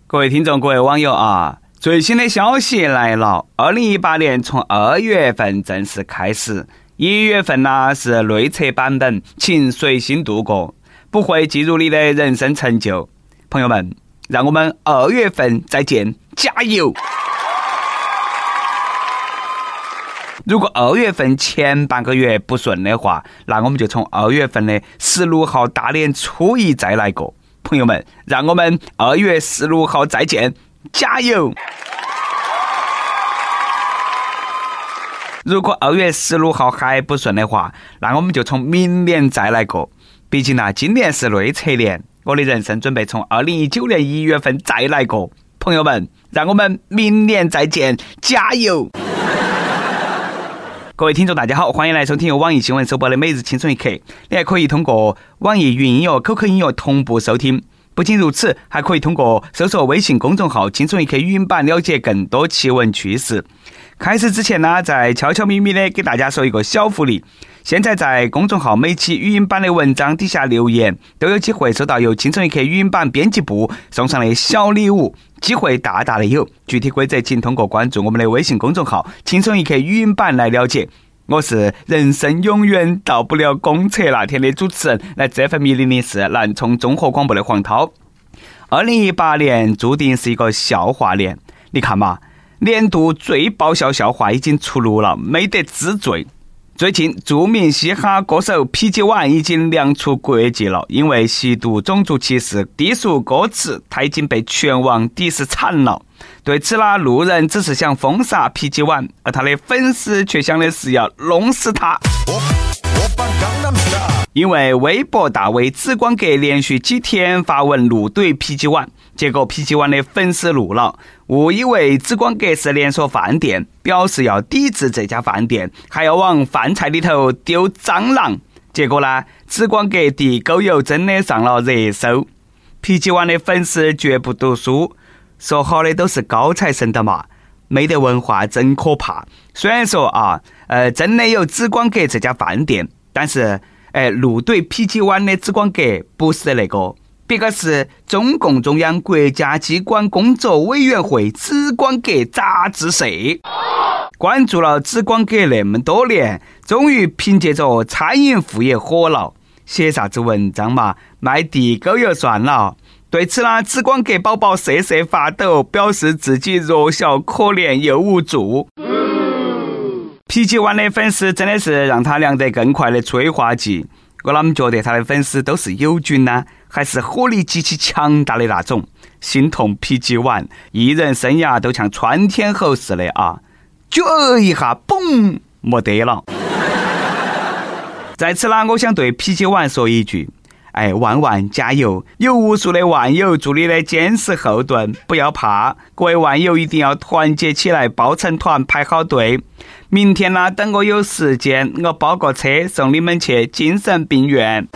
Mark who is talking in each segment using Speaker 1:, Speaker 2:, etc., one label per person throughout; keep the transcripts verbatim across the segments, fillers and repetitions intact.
Speaker 1: 各位听众各位网友啊，最新的消息来了，二零一八年从二月份正式开始，一月份呢是内测版本，请随心度过，不会计入你的人生成就。朋友们，让我们二月份再见，加油！如果二月份前半个月不顺的话，那我们就从二月份的十六号大年初一再来过。朋友们，让我们二月十六号再见，加油！如果二月十六号还不顺的话，那我们就从明年再来过。毕竟呢，今年是内测年，我的人生准备从二零一九年一月份再来过。朋友们，让我们明年再见，加油！各位听众大家好，欢迎来收听由网易新闻首播的每日轻松一刻，你还可以通过网易云音乐、Q Q 音乐同步收听。不仅如此，还可以通过搜索微信公众号轻松一刻语音版了解更多奇闻趣事。开始之前呢，再悄悄咪咪的给大家说一个小福利，现在在公众号每期语音版的文章底下留言，都有机会收到由轻松一刻语音版编辑部送上的小礼物，机会大大的有。具体规则请通过关注我们的微信公众号轻松一刻语音版来了解。我是人生永远到不了公厕那天的主持人，来自 F M 一零零四南充综合广播的黄涛。二零一八年注定是一个笑话年，你看嘛，年度最爆笑笑话已经出炉了，没得之最。最近著名嘻哈歌手 P G One 已经亮出国际了，因为吸毒、种族歧视、低俗歌词，他已经被全网敌视惨了。对此啦，路人只是想封杀 P G One， 而他的粉丝却想的是要弄死他。因为微博大 V 紫光阁连续几天发文怒怼 P G One， 结果 P G One 的粉丝怒了，误以为紫光阁是连锁饭店，表示要抵制这家饭店，还要往饭菜里头丢蟑螂。结果呢，紫光阁地沟油真的上了热搜。P G One 的粉丝绝不读书，说好的都是高材生的嘛，没得文化真可怕。虽然说啊，呃，真的有紫光阁这家饭店，但是哎，怒怼 P G One 的紫光阁不是那个，别个是中共中央国家机关工作委员会紫光阁杂志社。关注了紫光阁那么多年，终于凭借着餐饮副业火了，写啥子文章嘛，卖地沟油算了。对此呢，紫光阁宝宝瑟瑟发抖，表示自己弱小可怜又无助。P G One 的粉丝真的是让他凉得更快的催化剂。我啷么觉得他的粉丝都是友军呢？还是火力极其强大的那种？心痛 P G One， 艺人生涯都像穿天猴似的啊！就一下，嘣，没得了。在此呢，我想对 P G One 说一句。哎，万万加油！有无数的万友助你的坚实后盾，不要怕，各位万友一定要团结起来，抱成团，排好队。明天呢，等我有时间，我包个车送你们去精神病院。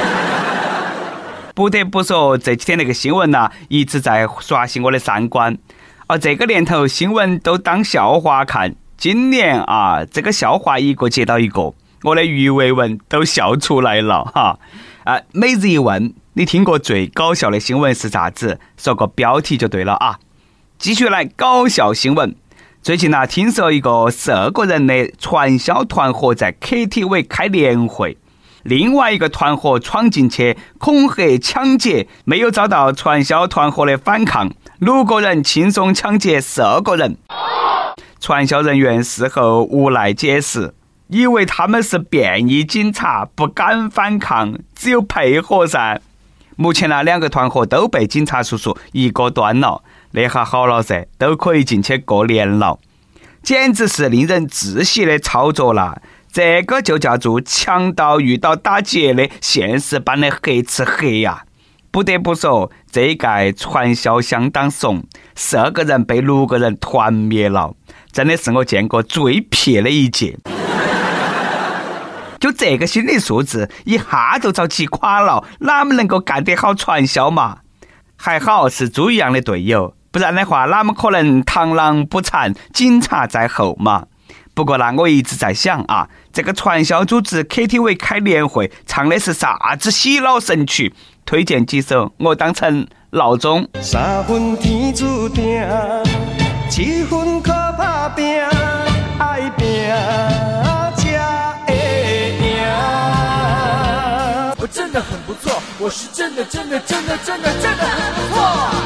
Speaker 1: 不得不说，这几天那个新闻呢，一直在刷新我的三观。而这个年头，新闻都当笑话看。今年啊，这个笑话一个接到一个，我的鱼尾纹都笑出来了哈。啊，每日一问，你听过最搞笑的新闻是啥子？说个标题就对了啊！继续来搞笑新闻。最近呢，听说一个十二个人的传销团伙在 K T V 开年会，另外一个团伙闯进去恐吓抢劫，没有遭到传销团伙的反抗，六个人轻松抢劫十二个人。传销人员事后无奈解释，以为他们是便衣警察，不敢反抗，只有配合噻。目前呢，两个团伙都被警察叔叔一个端了，那下好了噻，都可以进去过年了。简直是令人窒息的操作了，这个就叫做强盗遇到打劫的现实版的黑吃黑呀！不得不说，这一届传销相当怂，十二个人被六个人团灭了，真的是我见过最撇的一届。就这个心理素质，一下就遭击垮了，哪么能够干得好传销嘛？还好是猪一样的队友，不然的话，哪么可能螳螂捕蝉，警察在后嘛？不过呢，我一直在想啊，这个传销组织 K T V 开年会，唱的是啥子洗脑神曲？推荐几首，我当成闹钟。
Speaker 2: 三分天注定，七分靠打拼，爱拼才会赢。
Speaker 3: 我真的很不错，我是真的真的真的真的真的很不错。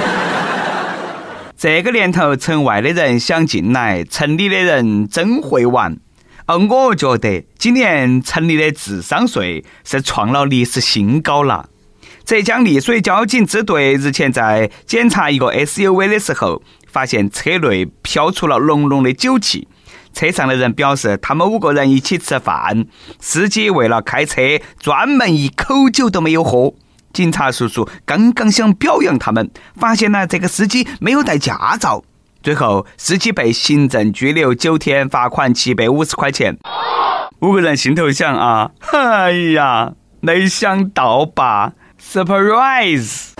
Speaker 1: 这个年头，城外的人想进来，城里的人真会玩。而我觉得今年城里的智商税是创了历史新高了。浙江丽水交警支队日前在检查一个 S U V 的时候，发现车内飘出了浓浓的酒气。车上的人表示，他们五个人一起吃饭，司机为了开车专门一口酒都没有喝。警察叔叔刚刚想表扬他们，发现呢这个司机没有带驾照，最后司机被行政拘留九天，罚款七百五十块钱。五个人心头想啊，哎呀，没想到吧 ，surprise！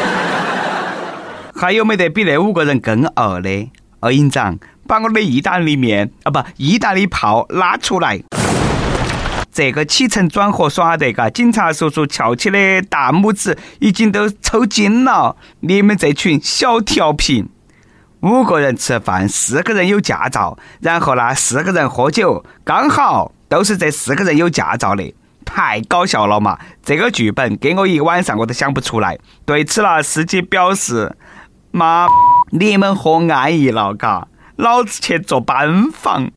Speaker 1: 还有没得比那五个人更饿的？二营长，把我的意大利面啊不，意大利炮拉出来。这个起承转合耍得嘎，警察叔叔翘起的大拇指已经都抽筋了。你们这群小调皮！五个人吃饭，四个人有驾照，然后呢，四个人喝酒，刚好都是这四个人有驾照的，太搞笑了嘛！这个剧本给我一晚上我都想不出来。对此呢，司机表示：“妈，你们喝安逸了嘎，老子去做班房。”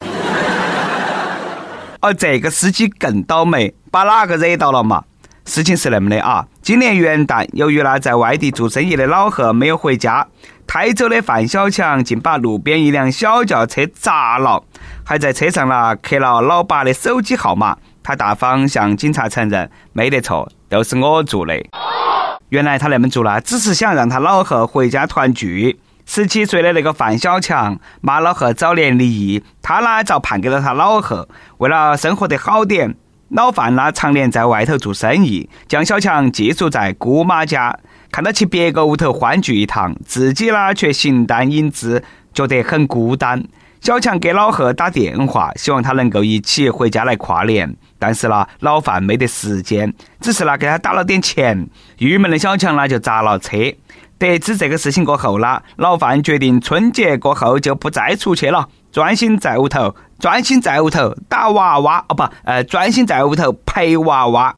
Speaker 1: 而这个司机更倒霉，把哪个惹到了嘛？事情是那么的啊，今年元旦，由于呢在外地做生意的老贺没有回家，开走的范小强竟把路边一辆小轿车砸了，还在车上呢刻了老爸的手机号码。他大方向警察承认，没得错，都是我做的。原来他那么做了，只是想让他老贺回家团聚。十七岁的那个范小强骂老贺早年离异，他呢遭判给了他老贺。为了生活得好点，老范呢常年在外头做生意，将小强寄宿在姑妈家。看到去别个屋头欢聚一堂，自己呢却形单影只，觉得很孤单。小强给老贺打电话，希望他能够一起回家来跨年，但是呢老范没得时间，只是呢给他打了点钱。郁闷的小强呢就砸了车。得知这个事情过后了，老范决定春节过后就不再出去了，专心在屋头，专心在屋头打娃娃哦不，呃，专心在屋头陪娃娃。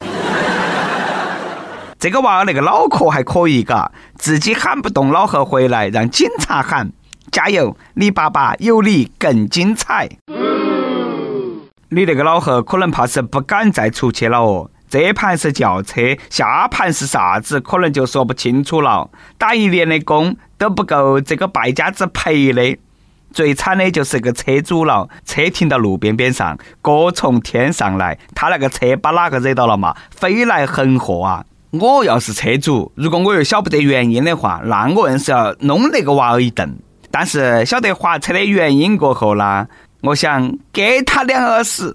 Speaker 1: 这个娃那个脑壳还可以嘎，自己喊不动老贺回来，让警察喊，加油，你爸爸有你更精彩。你那个老贺可能怕是不敢再出去了哦。这盘是轿车，下盘是啥子，可能就说不清楚了。打一年的工都不够这个败家子赔的。最惨的就是个车主了，车停到路边边上，锅从天上来，他那个车把哪个惹到了嘛？飞来横祸啊！我要是车主，如果我又晓不得原因的话，那我硬是要弄那个娃儿一顿。但是晓得滑车的原因过后啦，我想给他两耳屎。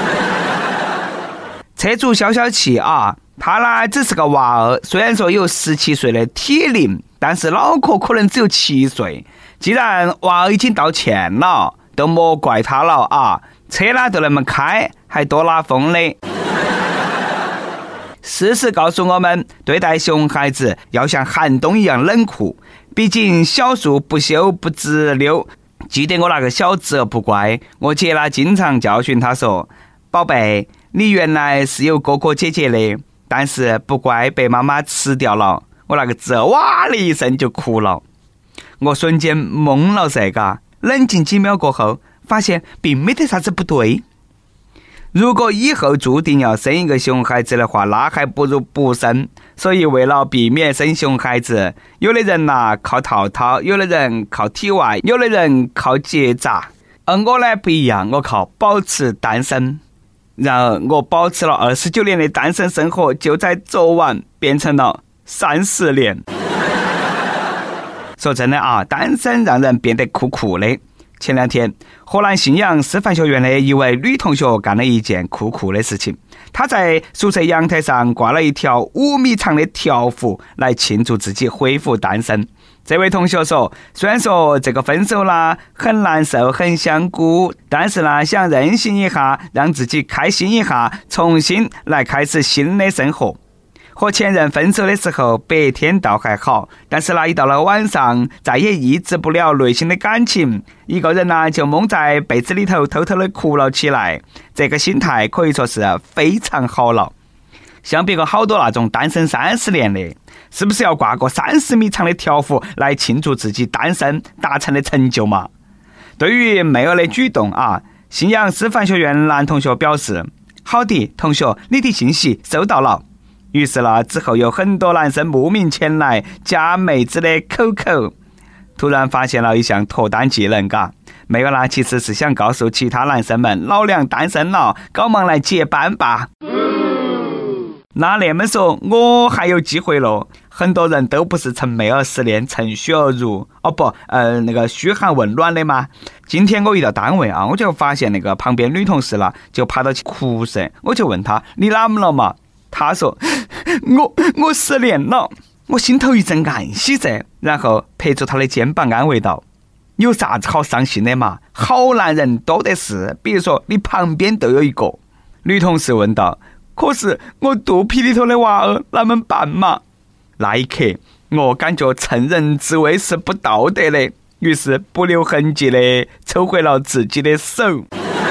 Speaker 1: 车主消消气啊，他呢只是个娃儿，虽然说有十七岁的体龄，但是脑壳可能只有七岁。既然娃儿已经道歉了，都莫怪他了啊！车呢都那么开，还多拉风的。事实告诉我们，对待熊孩子要像寒冬一样冷酷，毕竟小树不修不直溜。记得我那个小侄儿不乖，我姐呢经常教训他说：“宝贝，你原来是有哥哥姐姐的，但是不乖被妈妈吃掉了。”我那个侄儿哇的一声就哭了，我瞬间懵了噻嘎。冷静几秒过后，发现并没得啥子不对。如果以后注定要生一个熊孩子的话，那还不如不生。所以为了避免生熊孩子，有的人呐、啊、靠套套，有的人靠体外，有的人靠结扎。而我呢不一样，我靠保持单身。然而我保持了二十九年的单身生活，就在昨晚变成了三十年。说真的啊，单身让人变得酷酷的。前两天，河南信阳师范学院的一位女同学干了一件酷酷的事情。她在宿舍阳台上挂了一条五米长的条幅，来庆祝自己恢复单身。这位同学说，虽然说这个分手啦很难受很想哭，但是呢想任性一下，让自己开心一下，重新来开始新的生活。 和前任分手的时候，白天倒还好，但是呢，一到了晚上，再也抑制不了内心的感情，一个人呢就蒙在被子里头偷偷的哭了起来。这个心态可以说是非常好了。像别个好多那种单身三十年的，是不是要挂个三十米长的条幅来庆祝自己单身达成的成就嘛？对于妹儿的举动啊，信阳师范学院男同学表示：“好的，同学，你的信息收到了。”于是呢，之后有很多男生慕名前来加妹子的 Q Q。突然发现了一项脱单技能，嘎，妹儿呢其实是想告诉其他男生们，老娘单身了，赶忙来结伴吧。那那么说，我还有机会咯？很多人都不是趁妹儿失恋，趁虚而入，哦不，呃，那个嘘寒问暖的吗？今天我一到单位啊，我就发现那个旁边女同事了，就爬到去哭噻，我就问她，你哪么了嘛？她说，我我失恋了，我心头一阵暗喜噻，然后拍住她的肩膀安慰道，有啥子好伤心的嘛？好男人多的是，比如说你旁边都有一个。女同事问道，可是我肚皮里头的娃儿哪么办嘛？那一刻我感觉趁人之危是不道德的，于是不留痕迹的抽回了自己的手。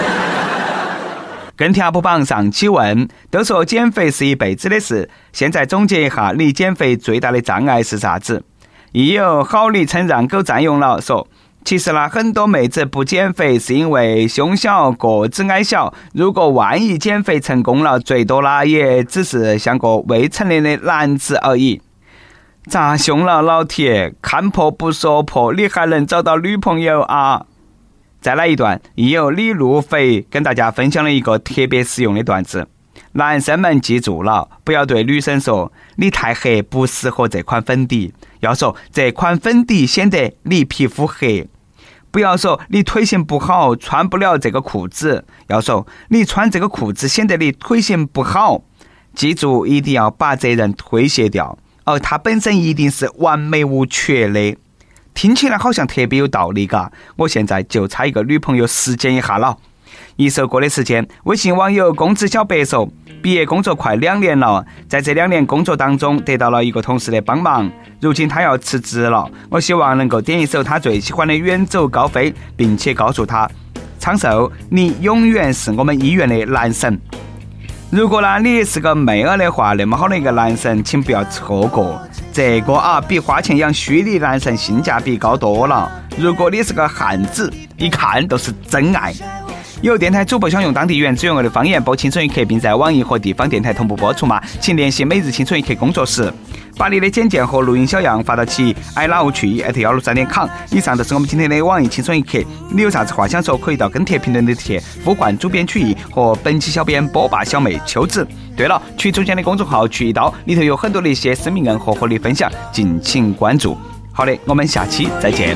Speaker 1: 跟帖不榜上期问，都说减肥是一辈子的事，现在总结一下，离减肥最大的障碍是啥子？亦有好昵称让狗占用了，说其实呢，很多妹子不减肥是因为胸小、个子矮小。如果万一减肥成功了，最多呢也只是像个未成年的男子而已。咋凶了老铁？看破不说破，你还能找到女朋友啊？再来一段，亦有李路肥跟大家分享了一个特别实用的段子。男生们记住了，不要对女生说你太黑不适合这款粉底，要说这款粉底显得你皮肤黑。不要说你腿型不好穿不了这个裤子，要说你穿这个裤子显得你腿型不好。记住，一定要把这人推卸掉，而他本身一定是完美无缺的。听起来好像特别有道理嘎，我现在就差一个女朋友实践一下了。一首歌的时间，微信网友公子小白说，毕业工作快两年了，在这两年工作当中得到了一个同事的帮忙，如今他要辞职了，我希望能够点一首他最喜欢的远走高飞，并且告诉他，长寿，你永远是我们医院的男神。如果呢你是个妹儿的话，那么好的一个男神请不要错过，这个啊比花钱养虚拟男神性价比高多了。如果你是个汉子，一看都是真爱。有电台主播想用当地原汁原味的方言播青春一刻，并在网易和地方电台同步播出吗？请联系每日青春一刻工作室，把你的简介和录音小样发到其 i love 去 at 一六三点 com。 以上就是我们今天的网易青春一刻，你有啥子话想说，可以到跟帖评论里贴呼唤主编曲艺和本期小编波霸小妹秋子。对了，曲中间的公众号曲一刀里头有很多的一些生命恩和和你分享，敬请关注。好的，我们下期再见。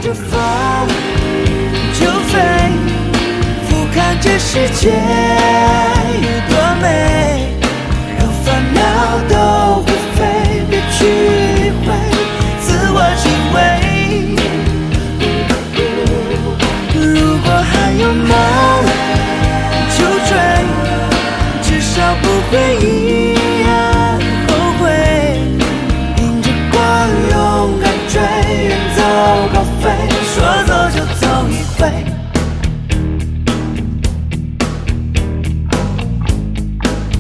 Speaker 3: 看这世界有多美，让烦恼都会飞，别去理会自我行为。如果还有梦就追，至少不会一样后悔。迎着光勇敢追，远走高飞，说走就走一回。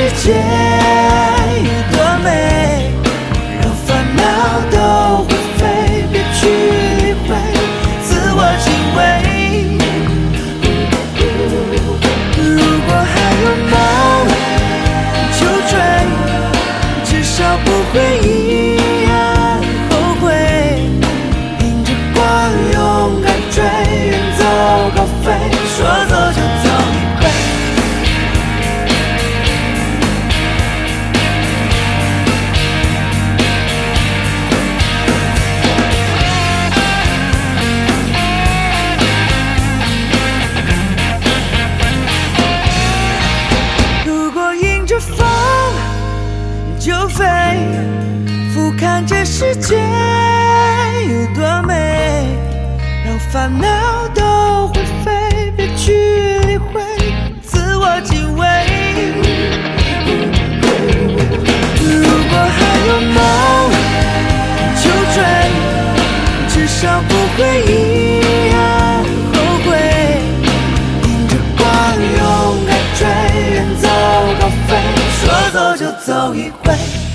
Speaker 3: 界有多美，让烦恼都会飞，别去理会，自我敬畏。如果还有梦就追，至少不会一样后悔。迎着光勇敢追，远走高飞，说走就走一回。如果迎着风就飞，俯瞰这世界有多美，让烦恼都会飞，别去理会，自我敬畏。如果还有梦就追，至少不会一样后悔。迎着光勇敢追，远走高飞，说走就走一回。